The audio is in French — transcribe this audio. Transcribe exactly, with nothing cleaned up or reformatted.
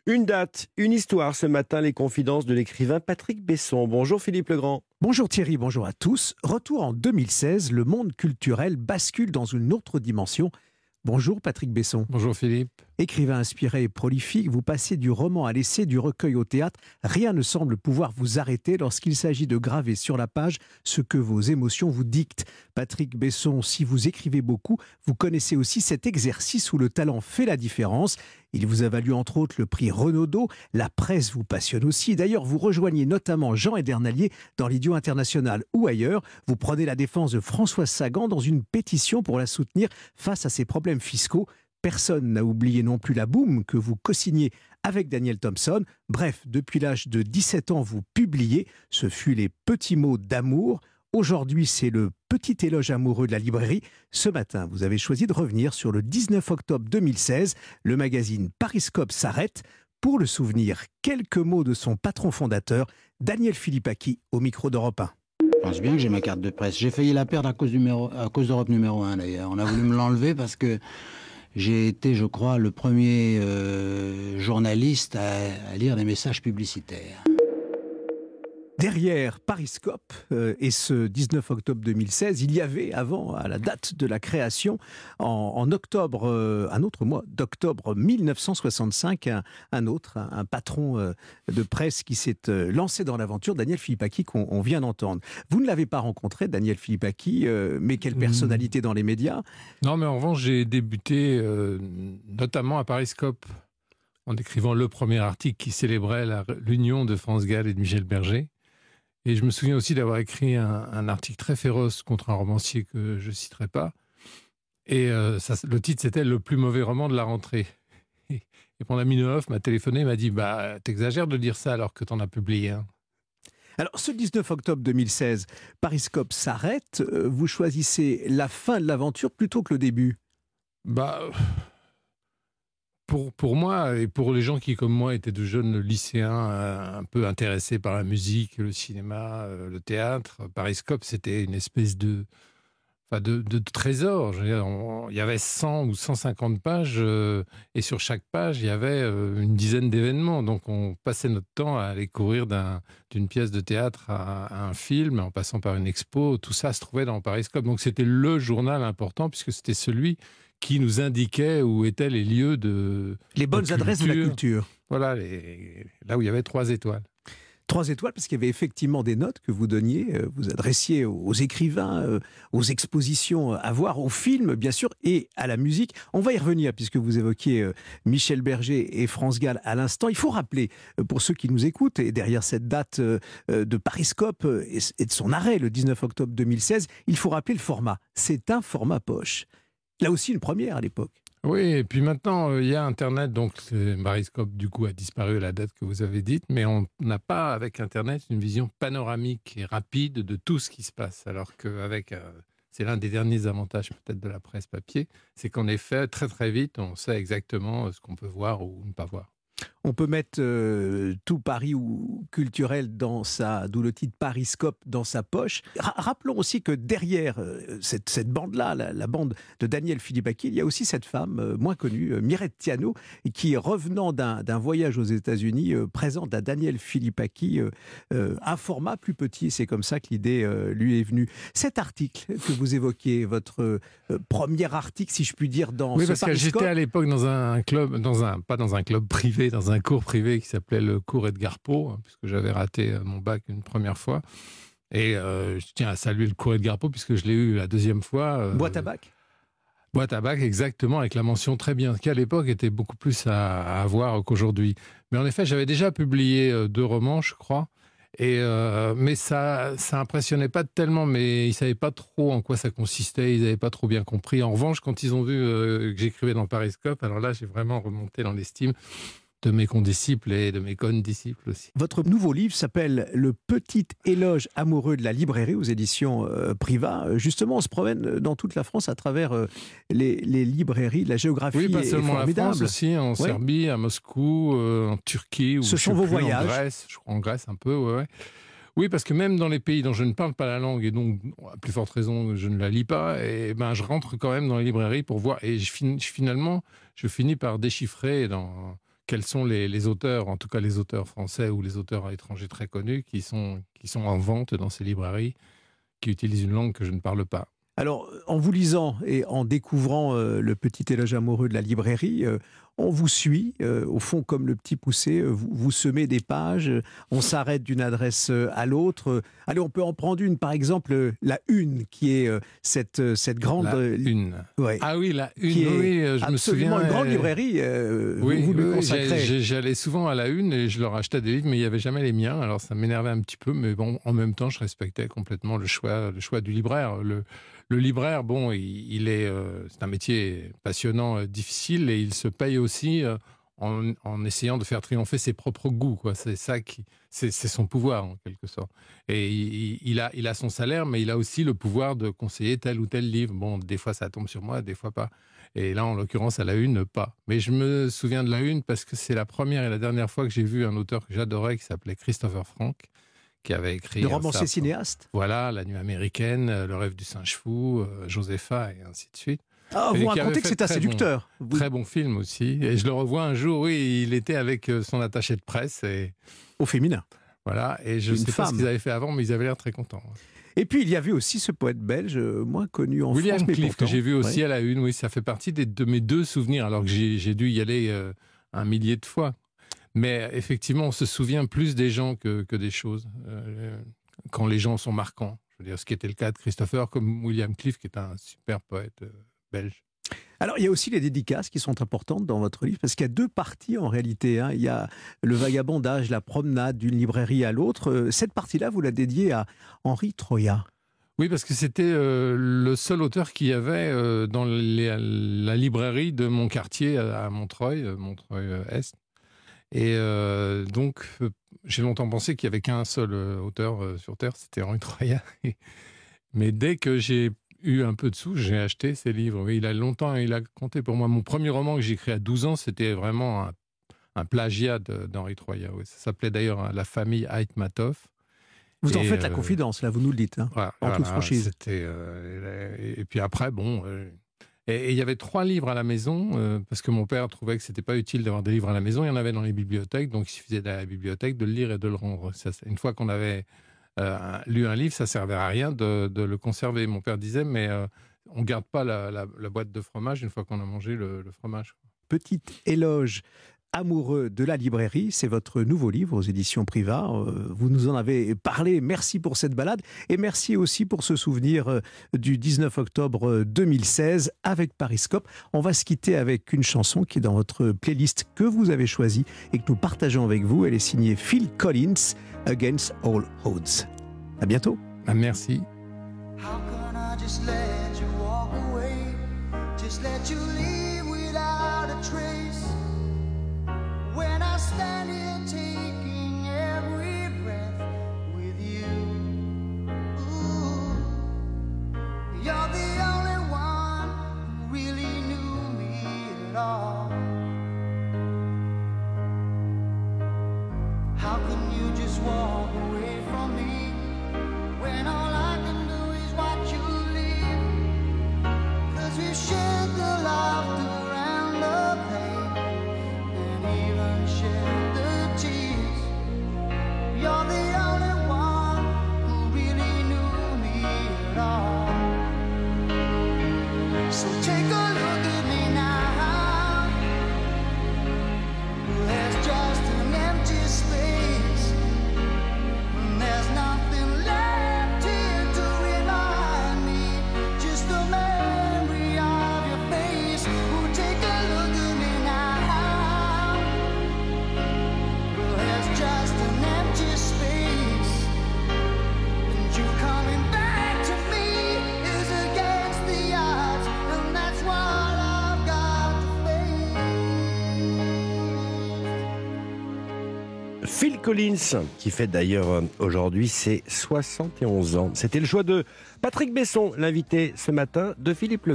Une date, une histoire ce matin, les confidences de l'écrivain Patrick Besson. Bonjour Philippe Legrand. Bonjour Thierry, bonjour à tous. Retour en deux mille seize, le monde culturel bascule dans une autre dimension. Bonjour Patrick Besson. Bonjour Philippe. Écrivain inspiré et prolifique, vous passez du roman à l'essai, du recueil au théâtre. Rien ne semble pouvoir vous arrêter lorsqu'il s'agit de graver sur la page ce que vos émotions vous dictent. Patrick Besson, si vous écrivez beaucoup, vous connaissez aussi cet exercice où le talent fait la différence. Il vous a valu entre autres le prix Renaudot. La presse vous passionne aussi. D'ailleurs, vous rejoignez notamment Jean Edernalier dans l'Idiot International ou ailleurs. Vous prenez la défense de Françoise Sagan dans une pétition pour la soutenir face à ses problèmes fiscaux. Personne n'a oublié non plus La Boum que vous co-signez avec Daniel Thompson. Bref, depuis l'âge de dix-sept ans, vous publiez. Ce fut les petits mots d'amour. Aujourd'hui, c'est le petit éloge amoureux de la librairie. Ce matin, vous avez choisi de revenir sur le dix-neuf octobre deux mille seize. Le magazine Pariscope s'arrête. Pour le souvenir, quelques mots de son patron fondateur, Daniel Philippaki, au micro d'Europe un. Je pense bien que j'ai ma carte de presse. J'ai failli la perdre à cause, numéro, à cause d'Europe numéro un d'ailleurs. On a voulu me l'enlever parce que j'ai été, je crois, le premier euh, journaliste à, à lire des messages publicitaires. Derrière Pariscope euh, et ce dix-neuf octobre deux mille seize, il y avait avant, à la date de la création, en, en octobre, euh, un autre mois d'octobre mille neuf cent soixante-cinq, un, un autre, un, un patron euh, de presse qui s'est euh, lancé dans l'aventure, Daniel Philippaki, qu'on on vient d'entendre. Vous ne l'avez pas rencontré, Daniel Philippaki, euh, mais quelle personnalité dans les médias? Non, mais en revanche, j'ai débuté euh, notamment à Pariscope, en écrivant le premier article qui célébrait la, l'union de France Gall et de Michel Berger. Et je me souviens aussi d'avoir écrit un, un article très féroce contre un romancier que je ne citerai pas. Et euh, ça, le titre, c'était « Le plus mauvais roman de la rentrée ». Et, et mon ami Neuf m'a téléphoné et m'a dit bah, « T'exagères de dire ça alors que t'en as publié un ». Alors, ce dix-neuf octobre deux mille seize, Pariscope s'arrête. Vous choisissez la fin de l'aventure plutôt que le début. Bah... Pour, pour moi, et pour les gens qui, comme moi, étaient de jeunes lycéens euh, un peu intéressés par la musique, le cinéma, euh, le théâtre, Pariscope, c'était une espèce de, enfin de, de, de trésor. Je veux dire, on, il y avait cent ou cent cinquante pages, euh, et sur chaque page, il y avait euh, une dizaine d'événements. Donc, on passait notre temps à aller courir d'un, d'une pièce de théâtre à, à un film, en passant par une expo. Tout ça se trouvait dans Pariscope. Donc, c'était le journal important, puisque c'était celui qui nous indiquait où étaient les lieux de Les bonnes de adresses de la culture. Voilà, les, là où il y avait trois étoiles. Trois étoiles, parce qu'il y avait effectivement des notes que vous donniez, vous adressiez aux écrivains, aux expositions à voir, aux films, bien sûr, et à la musique. On va y revenir, puisque vous évoquiez Michel Berger et France Gall à l'instant. Il faut rappeler, pour ceux qui nous écoutent, et derrière cette date de Pariscope et de son arrêt, le dix-neuf octobre deux mille seize, il faut rappeler le format. C'est un format poche. Là aussi, une première à l'époque. Oui, et puis maintenant, il euh, y a Internet, donc Pariscope, du coup, a disparu à la date que vous avez dite, mais on n'a pas, avec Internet, une vision panoramique et rapide de tout ce qui se passe, alors qu'avec, euh, c'est l'un des derniers avantages peut-être de la presse papier, c'est qu'en effet, très très vite, on sait exactement ce qu'on peut voir ou ne pas voir. On peut mettre euh, tout Paris ou culturel dans sa, d'où le titre Pariscope, dans sa poche. Ra- rappelons aussi que derrière euh, cette, cette bande-là, la, la bande de Daniel Philippaki, il y a aussi cette femme euh, moins connue, euh, Mireille Thiano, qui, revenant d'un, d'un voyage aux États-Unis, euh, présente à Daniel Philippaki euh, euh, un format plus petit. C'est comme ça que l'idée euh, lui est venue. Cet article que vous évoquiez, votre euh, premier article, si je puis dire, dans oui, ce parce Pariscope. Que j'étais à l'époque dans un club, dans un, pas dans un club privé, dans un cours privé qui s'appelait le cours Edgar Poe, hein, puisque j'avais raté mon bac une première fois. Et euh, je tiens à saluer le cours Edgar Poe, puisque je l'ai eu la deuxième fois. Euh, Boîte à bac Boîte à bac, exactement, avec la mention très bien, qui à l'époque était beaucoup plus à, à avoir qu'aujourd'hui. Mais en effet, j'avais déjà publié euh, deux romans, je crois. Et euh, mais ça, ça impressionnait pas tellement, mais ils savaient pas trop en quoi ça consistait, ils n'avaient pas trop bien compris. En revanche, quand ils ont vu euh, que j'écrivais dans Pariscope, alors là, j'ai vraiment remonté dans l'estime de mes condisciples et de mes condisciples aussi. Votre nouveau livre s'appelle « Le petit éloge amoureux de la librairie » aux éditions euh, Priva. Justement, on se promène dans toute la France à travers euh, les, les librairies. La géographie oui, pas est, seulement est formidable. La France aussi, en ouais. Serbie, à Moscou, euh, en Turquie. Ou Ce sont vos plus, voyages. En Grèce, je crois en Grèce un peu, ouais, ouais. Oui, parce que même dans les pays dont je ne parle pas la langue, et donc, à plus forte raison, je ne la lis pas, et ben, je rentre quand même dans les librairies pour voir. Et je, fin, je, finalement, je finis par déchiffrer dans quels sont les, les auteurs, en tout cas les auteurs français ou les auteurs étrangers très connus qui sont, qui sont en vente dans ces librairies, qui utilisent une langue que je ne parle pas. Alors, en vous lisant et en découvrant euh, le petit éloge amoureux de la librairie, euh, on vous suit, euh, au fond, comme le petit poussé, euh, vous, vous semez des pages, euh, on s'arrête d'une adresse euh, à l'autre. Euh, allez, on peut en prendre une, par exemple, euh, la Une, qui est euh, cette, euh, cette grande... La euh, Une. Ouais, Ah oui, la Une, qui est oui, euh, je me souviens. absolument une grande euh, librairie, euh, Oui, vous, vous lui oui, consacrez. j'ai- j'allais souvent à la Une et je leur achetais des livres, mais il n'y avait jamais les miens. Alors ça m'énervait un petit peu, mais bon, en même temps, je respectais complètement le choix, le choix du libraire. Le, le libraire, bon, il, il est, euh, c'est un métier passionnant, euh, difficile, et il se paye aussi euh, en, en essayant de faire triompher ses propres goûts, quoi. C'est ça qui, c'est c'est son pouvoir en quelque sorte. Et il, il a, il a son salaire, mais il a aussi le pouvoir de conseiller tel ou tel livre. Bon, des fois ça tombe sur moi, des fois pas. Et là, en l'occurrence, à la Une, pas. Mais je me souviens de la Une parce que c'est la première et la dernière fois que j'ai vu un auteur que j'adorais qui s'appelait Christopher Frank, qui avait écrit... Le un romancier certain- cinéaste. Voilà, La Nuit américaine, euh, Le rêve du singe fou, euh, Josepha et ainsi de suite. Ah, Et vous qui avait racontez que fait c'est un très séducteur. Vous- Très bon film aussi. Et je le revois un jour, oui, il était avec euh, son attaché de presse et Au féminin. voilà. Et je ne Une sais pas femme. ce qu'ils avaient fait avant, mais ils avaient l'air très contents. Et puis, il y avait aussi ce poète belge, euh, moins connu en William France, mais Cliff, pourtant. que j'ai vu aussi Ouais. à la Une, oui, ça fait partie des- de mes deux souvenirs, alors que j'ai j'ai dû y aller euh, un millier de fois. Mais effectivement, on se souvient plus des gens que, que des choses, euh, quand les gens sont marquants. Je veux dire, ce qui était le cas de Christopher, comme William Cliff, qui est un super poète euh, belge. Alors, il y a aussi les dédicaces qui sont importantes dans votre livre, parce qu'il y a deux parties en réalité. Hein. Il y a le vagabondage, la promenade d'une librairie à l'autre. Euh, Cette partie-là, vous la dédiez à Henri Troya. Oui, parce que c'était euh, le seul auteur qu'il y avait euh, dans les- la librairie de mon quartier à, à Montreuil, euh, Montreuil-Est. Et euh, donc, euh, j'ai longtemps pensé qu'il n'y avait qu'un seul euh, auteur euh, sur Terre, c'était Henri Troya. Mais dès que j'ai eu un peu de sous, j'ai acheté ses livres. Oui, il a longtemps, il a compté pour moi. Mon premier roman que j'ai écrit à douze ans, c'était vraiment un, un plagiat de- d'Henri Troya. Oui. Ça s'appelait d'ailleurs La famille Aïtmatov. Vous en Et, faites la euh, confidence, là, vous nous le dites. Hein. Voilà, En toute voilà, franchise. c'était, euh, et, et puis après, bon. euh, et et il y avait trois livres à la maison, euh, parce que mon père trouvait que c'était pas utile d'avoir des livres à la maison. Il y en avait dans les bibliothèques, donc il suffisait d'aller à la bibliothèque, de le lire et de le rendre. Ça, c'est- une fois qu'on avait euh, un- lu un livre, ça servait à rien de, de le conserver. Mon père disait, mais euh, on garde pas la, la- la boîte de fromage une fois qu'on a mangé le, le fromage. Petit éloge amoureux de la librairie, c'est votre nouveau livre aux éditions Privat. Euh, Vous nous en avez parlé. Merci pour cette balade et merci aussi pour ce souvenir euh, du dix-neuf octobre deux mille seize avec Pariscope. On va se quitter avec une chanson qui est dans votre playlist que vous avez choisie et que nous partageons avec vous. Elle est signée Phil Collins, Against All Odds. À bientôt. Ah, merci. How can I just let you walk away? Just let you leave without a trace. When I stand here taking every breath with you. Ooh, you're the only one who really knew me at all. How can you just walk away from me when all I can do is watch you leave? 'Cause we've shared the laughter and the pain, and even shared the tears. You're the only one who really knew me at all. So take a look at me now. There's just an empty space. There's nothing left here to remind me. Just the memory of your face. Oh, take a look at me now. There's just an empty space. And you coming back to me is against the odds. And that's what I've got to face. Phil Collins, qui fait d'ailleurs euh, aujourd'hui ses soixante et onze ans. C'était le choix de Patrick Besson, l'invité ce matin de Philippe Legrand.